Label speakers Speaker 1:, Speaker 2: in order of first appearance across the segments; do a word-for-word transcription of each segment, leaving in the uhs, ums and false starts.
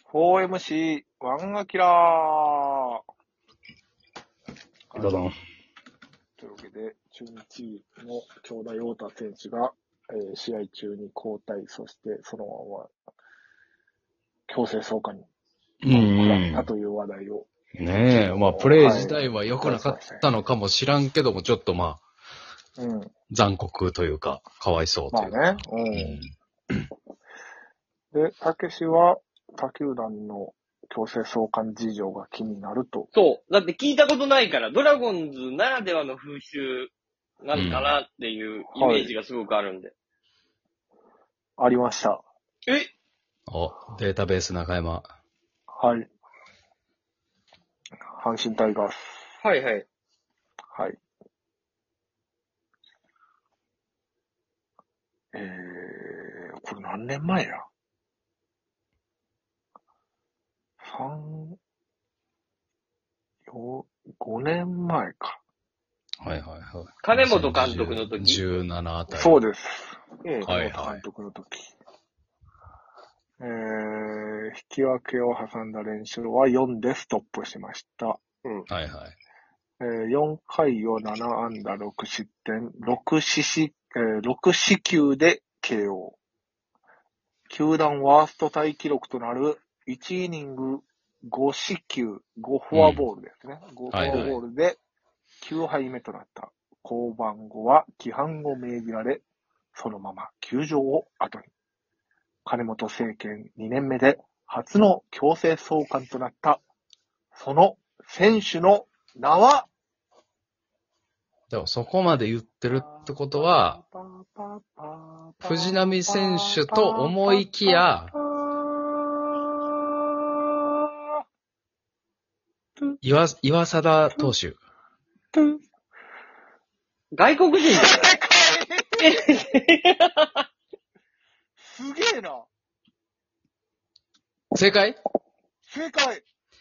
Speaker 1: フォーエムシー、ワンアキラー。
Speaker 2: どうぞ。
Speaker 1: というわけで、中日の京田陽太選手が、えー、試合中に交代、そしてそのまま強制送還に食らったという話題を。
Speaker 2: ねえ、まあ、プレー自体は良くなかったのかもしらんけども、ちょっとまあ、うん、残酷というか、かわいそうというか。
Speaker 1: まあね。うん。で、たけしは他球団の強制送還事情が気になると。
Speaker 3: そう。だって聞いたことないから、ドラゴンズならではの風習なのかなっていうイメージがすごくあるんで。
Speaker 1: うんはい、ありました。
Speaker 3: え
Speaker 2: お、データベース中山。
Speaker 1: はい。阪神タイガース。
Speaker 3: はいはい。
Speaker 1: はい。えー、これ何年前や三、よ、ごねんまえか。
Speaker 2: はいはいはい。
Speaker 3: 金本監督の時。
Speaker 2: じゅうななあたり。
Speaker 1: そうです。
Speaker 3: うん。
Speaker 1: 金本監督の時。はいはい、えー、引き分けを挟んだ連勝はよんでストップしました。
Speaker 3: うん。
Speaker 2: はいはい。
Speaker 1: えー、よんかいをななあんだろくしってん、ろくしし、えー、ろくしきゅうで ケーオー。球団ワーストタイ記録となるいちイニングごしきゅう、ごフォアボールですね。うん、ごフォアボールできゅうはいめとなった。降板後は規範を命じられ、そのまま球場を後に。金本政権にねんめで初の強制送還となった、その選手の名は、
Speaker 2: でもそこまで言ってるってことは、藤浪選手と思いきや、岩、岩貞投手。
Speaker 3: 外国人
Speaker 1: すげえな。
Speaker 2: 正解？
Speaker 1: 正解。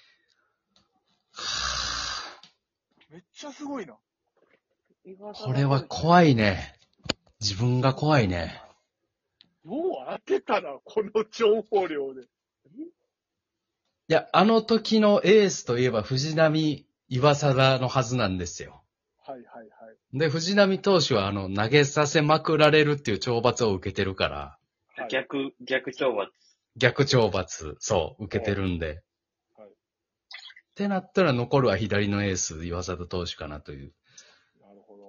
Speaker 1: めっちゃすごいな。
Speaker 2: これは怖いね。自分が怖いね。
Speaker 1: よう当てたな、この情報量で。い
Speaker 2: や、あの時のエースといえば藤浪岩貞のはずなんですよ。
Speaker 1: はいはいはい。
Speaker 2: で、藤浪投手はあの、投げさせまくられるっていう懲罰を受けてるから。
Speaker 3: はい、逆、逆懲罰。
Speaker 2: 逆懲罰、そう、受けてるんで。
Speaker 1: はい。
Speaker 2: ってなったら残るは左のエース、岩貞投手かなという。
Speaker 1: なるほ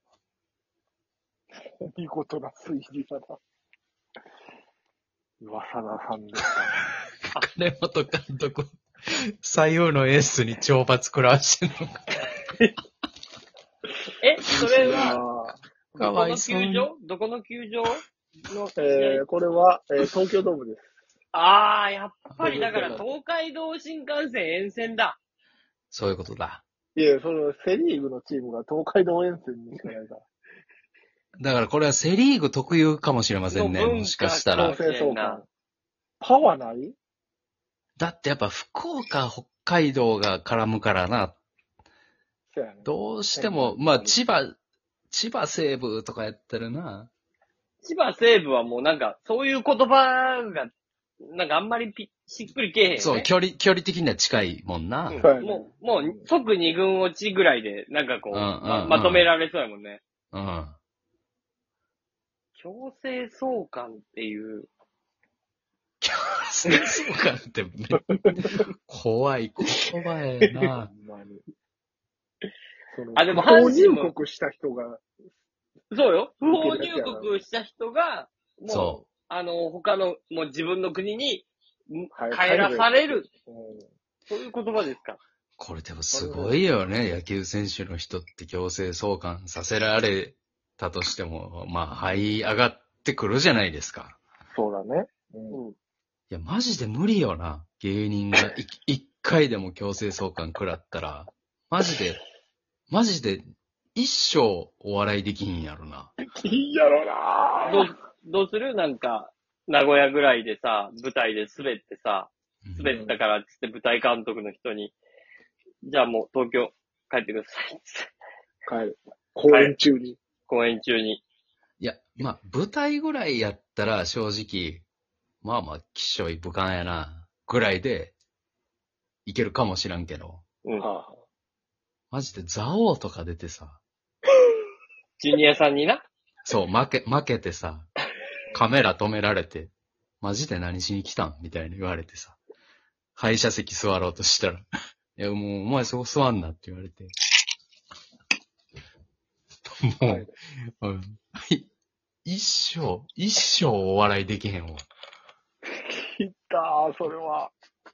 Speaker 1: ど。見事な推理だな。岩貞さんでしたね。
Speaker 2: 金本監督、左右のエースに懲罰食らわしてんのか。
Speaker 3: え、それは、
Speaker 2: かわいそう。
Speaker 3: どこの球場の、
Speaker 1: えー、これは、えー、東京ドームです。
Speaker 3: あー、やっぱりだから東海道新幹線沿線だ。
Speaker 2: そういうことだ。
Speaker 1: いや、そのセリーグのチームが東海道沿線にしかないから。
Speaker 2: だからこれはセリーグ特有かもしれませんね。もしかしたら。
Speaker 1: 強制送還。パワーない？
Speaker 2: だってやっぱ福岡、北海道が絡むからな。
Speaker 1: そうやね。
Speaker 2: どうしても、まあ千葉、千葉西部とかやったらな。
Speaker 3: 千葉西部はもうなんか、そういう言葉が、なんかあんまりピしっくりけえへんよね。
Speaker 2: そう、距離、距離的には近いもんな。
Speaker 3: うん、もう、もう、即二軍落ちぐらいで、なんかこう、うんうんうんま、まとめられそうやもんね。
Speaker 2: うん。
Speaker 3: 強制送還っていう。
Speaker 2: 強制送還ってめ怖い言葉やな。
Speaker 3: あ、でも
Speaker 1: 阪神も。不法入国した人が。
Speaker 3: そうよ。不法入国した人が、もう、
Speaker 2: そう
Speaker 3: あの、他の、もう自分の国に帰らされる。そういう言葉ですか。
Speaker 2: これでもすごいよね。野球選手の人って強制送還させられたとしても、まあ、這い上がってくるじゃないですか。
Speaker 1: そうだね。
Speaker 2: うん、いや、マジで無理よな。芸人が一回でも強制送還食らったら、マジで、マジで一生お笑いできひんやろな。
Speaker 1: できひんやろな。
Speaker 3: どう、どうするなんか、名古屋ぐらいでさ、舞台で滑ってさ、滑ったからっつって舞台監督の人に、うん、じゃあもう東京帰ってくださいっつって。
Speaker 1: 帰る。公演中に。
Speaker 3: 公演中に。
Speaker 2: いや、まあ、舞台ぐらいやったら正直、まあまあ、きっしょい武漢やな。 ぐらいで、いけるかもしらんけど、
Speaker 3: うん。
Speaker 1: は
Speaker 2: マジでザオとか出てさ、
Speaker 3: ジュニアさんにな。
Speaker 2: そう、負け、負けてさ、カメラ止められて、マジで何しに来たんみたいに言われてさ、廃車席座ろうとしたら、いや、もう、お前そこ座んなって言われて。もう、
Speaker 1: はい
Speaker 2: うんい一生、一生お笑いできへんわ。
Speaker 1: い。いったー、それは。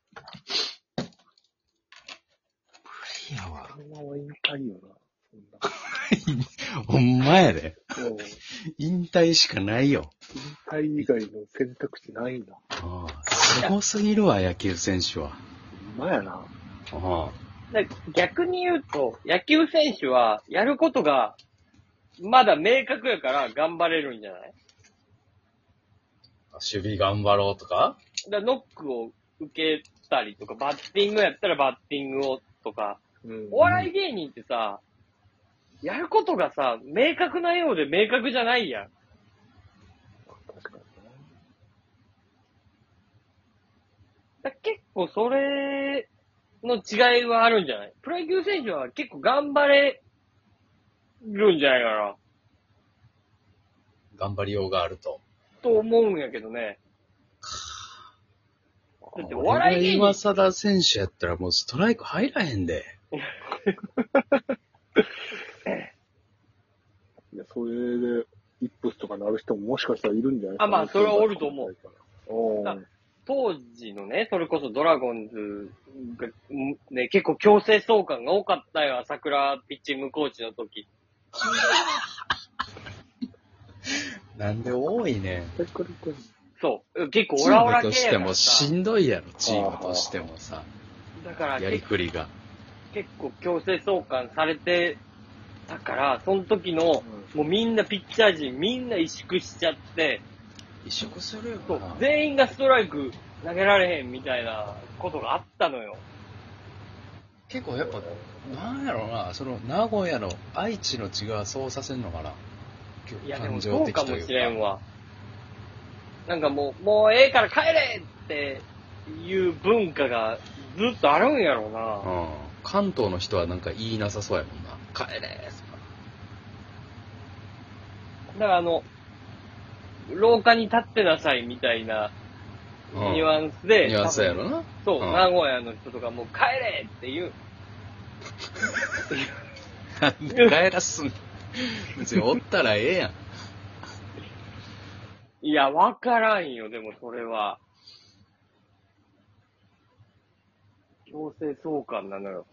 Speaker 2: いやわ。
Speaker 1: それは引退よな。そんな。
Speaker 2: ほんまやで。
Speaker 1: うん。
Speaker 2: 引退しかないよ。
Speaker 1: 引退以外の選択肢ないな。
Speaker 2: ああ、すごすぎるわ、野球選手は。
Speaker 1: ほんまやな。
Speaker 2: ああ。
Speaker 3: だ逆に言うと、野球選手は、やることが、まだ明確やから頑張れるんじゃない？
Speaker 2: 守備頑張ろうとか
Speaker 3: だノックを受けたりとか、バッティングやったらバッティングをとか、
Speaker 1: うん。
Speaker 3: お笑い芸人ってさ、やることがさ、明確なようで明確じゃないやん。
Speaker 1: 確かにね。
Speaker 3: だ結構それの違いはあるんじゃない？プロ野球選手は結構頑張れるんじゃないかな。
Speaker 2: 頑張りようがあると。
Speaker 3: と思うんやけどね。だってお笑い芸人
Speaker 2: 今更選手やったらもうストライク入らへんで。
Speaker 1: いや、それで、イップスとかなる人ももしかしたらいるんじゃないですか、
Speaker 3: あまあそれはおると思う。
Speaker 1: お
Speaker 3: あ当時のね、それこそドラゴンズが、ね、結構強制送還が多かったよ、朝倉ピッチングコーチの時。
Speaker 2: なんで多いね。
Speaker 3: そう。結構
Speaker 2: チ
Speaker 3: オラオラ
Speaker 2: ームと
Speaker 3: 系やから
Speaker 2: してもし
Speaker 3: さ。
Speaker 2: んどいやろ、チームとしてもさ。
Speaker 3: だから
Speaker 2: やり
Speaker 3: 結
Speaker 2: くりが。
Speaker 3: 結構強制送還されてたから、その時の、もうみんなピッチャー陣みんな萎縮しちゃって、
Speaker 2: 萎縮するよ
Speaker 3: そう
Speaker 2: な。
Speaker 3: 全員がストライク投げられへんみたいなことがあったのよ。
Speaker 2: 結構やっぱ、なんやろな、その名古屋の愛知の血がそうさせんのかな。
Speaker 3: いやでも
Speaker 2: 感情
Speaker 3: そうかも
Speaker 2: 的という
Speaker 3: しれんわ。なんかもう、もうええから帰れっていう文化がずっとあるんやろうな。
Speaker 2: うん。関東の人はなんか言いなさそうやもんな。帰れーとか。
Speaker 3: だからあの、廊下に立ってなさいみたいな
Speaker 2: うん
Speaker 3: ニュアンスで、
Speaker 2: ニュアンスやろな。
Speaker 3: そう、
Speaker 2: うん
Speaker 3: 名古屋の人とかもう帰れっていう。
Speaker 2: なんで帰らすんの別におったらええやん。
Speaker 3: いや、わからんよ、でもそれは。強制送還なのよ。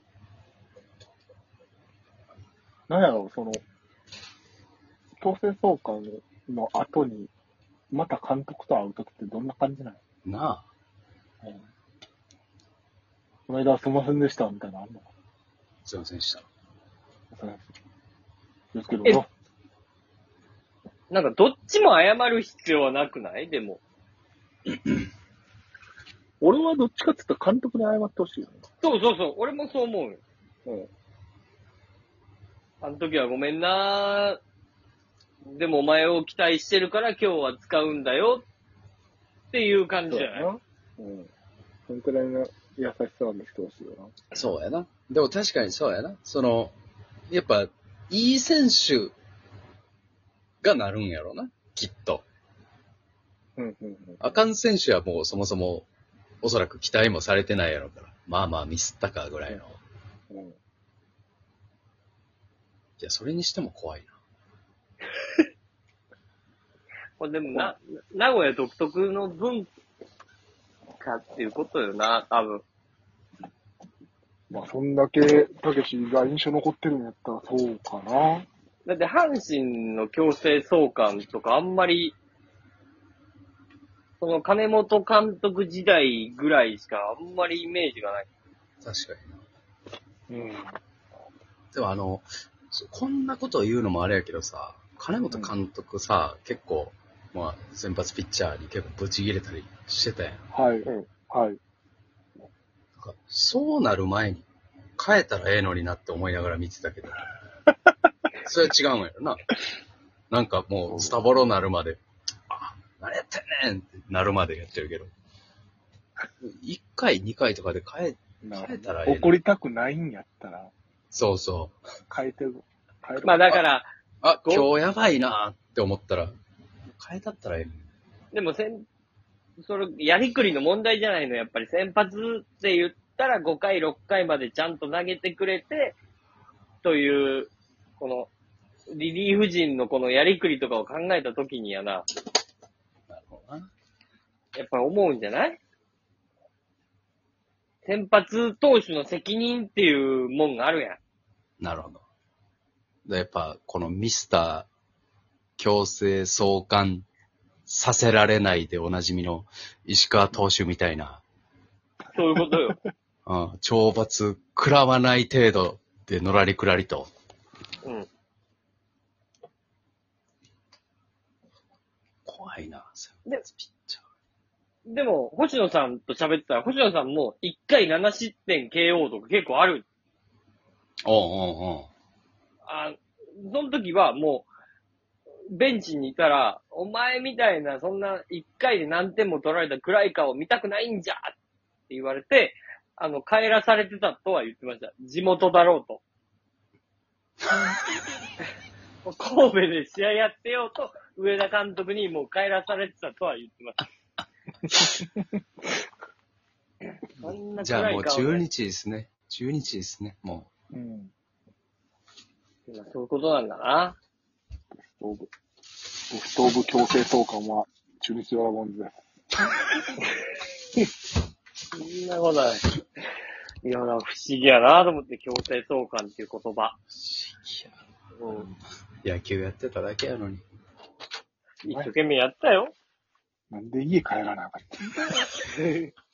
Speaker 1: なんやろ、その、強制送還の後に、また監督と会うときってどんな感じなの？
Speaker 2: なあ。
Speaker 1: うん、この間はすいませんでした、みたいなのあんの？
Speaker 2: すいませんでした。
Speaker 1: ですけど
Speaker 3: え
Speaker 1: な。
Speaker 3: なんかどっちも謝る必要はなくない？でも。
Speaker 1: 俺はどっちかって言ったら監督に謝ってほしいよね。
Speaker 3: そうそうそう、俺もそう思うよ。
Speaker 1: うん。
Speaker 3: あの時はごめんな。でもお前を期待してるから今日は使うんだよっていう感じじゃない？
Speaker 1: そうやな。うん。そのくらいの優しさは見せてほしいよな。
Speaker 2: そうやな。でも確かにそうやな。その、やっぱ、いい選手がなるんやろな。きっと。
Speaker 1: うんうんうん。
Speaker 2: あかん選手はもうそもそも、おそらく期待もされてないやろから。まあまあミスったかぐらいの。
Speaker 1: うん。
Speaker 2: いや、それにしても怖いな。
Speaker 3: これでもな、名古屋独特の文化っていうことよな、多分。
Speaker 1: まあ、そんだけ、たけしが印象残ってるんやったらそうかな。
Speaker 3: だって阪神の強制送還とかあんまり、その金本監督時代ぐらいしかあんまりイメージがない。
Speaker 2: 確かにな。
Speaker 1: うん。
Speaker 2: でもあの、こんなことを言うのもあれやけどさ、金本監督さ、うん、結構、まあ、先発ピッチャーに結構ブチ切れたりしてたやん。
Speaker 1: はい。うん、はい。
Speaker 2: なんかそうなる前に変えたらええのになって思いながら見てたけど、それは違うんやろな。なんかもう、スタボロなるまで、あ、何やってんねんってなるまでやってるけど、一かい、にかいとかで変え、
Speaker 1: な
Speaker 2: 変えたらええの
Speaker 1: 怒りたくないんやったら、
Speaker 2: そうそう。
Speaker 1: 変えて、変える。
Speaker 3: まあだから、
Speaker 2: あ、
Speaker 3: ご
Speaker 2: 今日やばいなーって思ったら、変えたったらええのに。
Speaker 3: でも先、それ、やりくりの問題じゃないの。やっぱり先発って言ったらごかい、ろっかいまでちゃんと投げてくれて、という、この、リリーフ陣のこのやりくりとかを考えたときにやな、
Speaker 2: なるほどな。
Speaker 3: やっぱり思うんじゃない？先発投手の責任っていうもんがあるやん。
Speaker 2: なるほど。でやっぱ、このミスター強制送還させられないでおなじみの石川投手みたいな、
Speaker 3: そういうことよ。
Speaker 2: うん、懲罰食らわない程度でのらりくらりと。
Speaker 3: うん。
Speaker 2: 怖いな、
Speaker 3: で
Speaker 2: ピッチャー。
Speaker 3: でも、星野さんと喋ってたら、星野さんもいっかいなな失点 ケーオー とか結構ある。
Speaker 2: おうおうおう。
Speaker 3: あ、その時はもう、ベンチにいたら、お前みたいな、そんないっかいで何点も取られた暗い顔見たくないんじゃって言われて、あの、帰らされてたとは言ってました。地元だろうと。神戸で試合やってようと、上田監督にもう帰らされてたとは言ってました。そんな
Speaker 2: じゃあもう
Speaker 3: 暗い顔
Speaker 2: 中日ですね。中日ですね、も
Speaker 1: うん。
Speaker 3: 今そういうことなんだな。
Speaker 1: ストーブ。ストーブ強制送還は中日ドラゴンズです。
Speaker 3: そんなことない。いや、なんか不思議やなと思って、強制送還っていう言葉。
Speaker 2: う。
Speaker 3: うん。
Speaker 2: 野球やってただけやのに。
Speaker 3: 一生懸命やったよ。
Speaker 1: なんで家帰らなあかった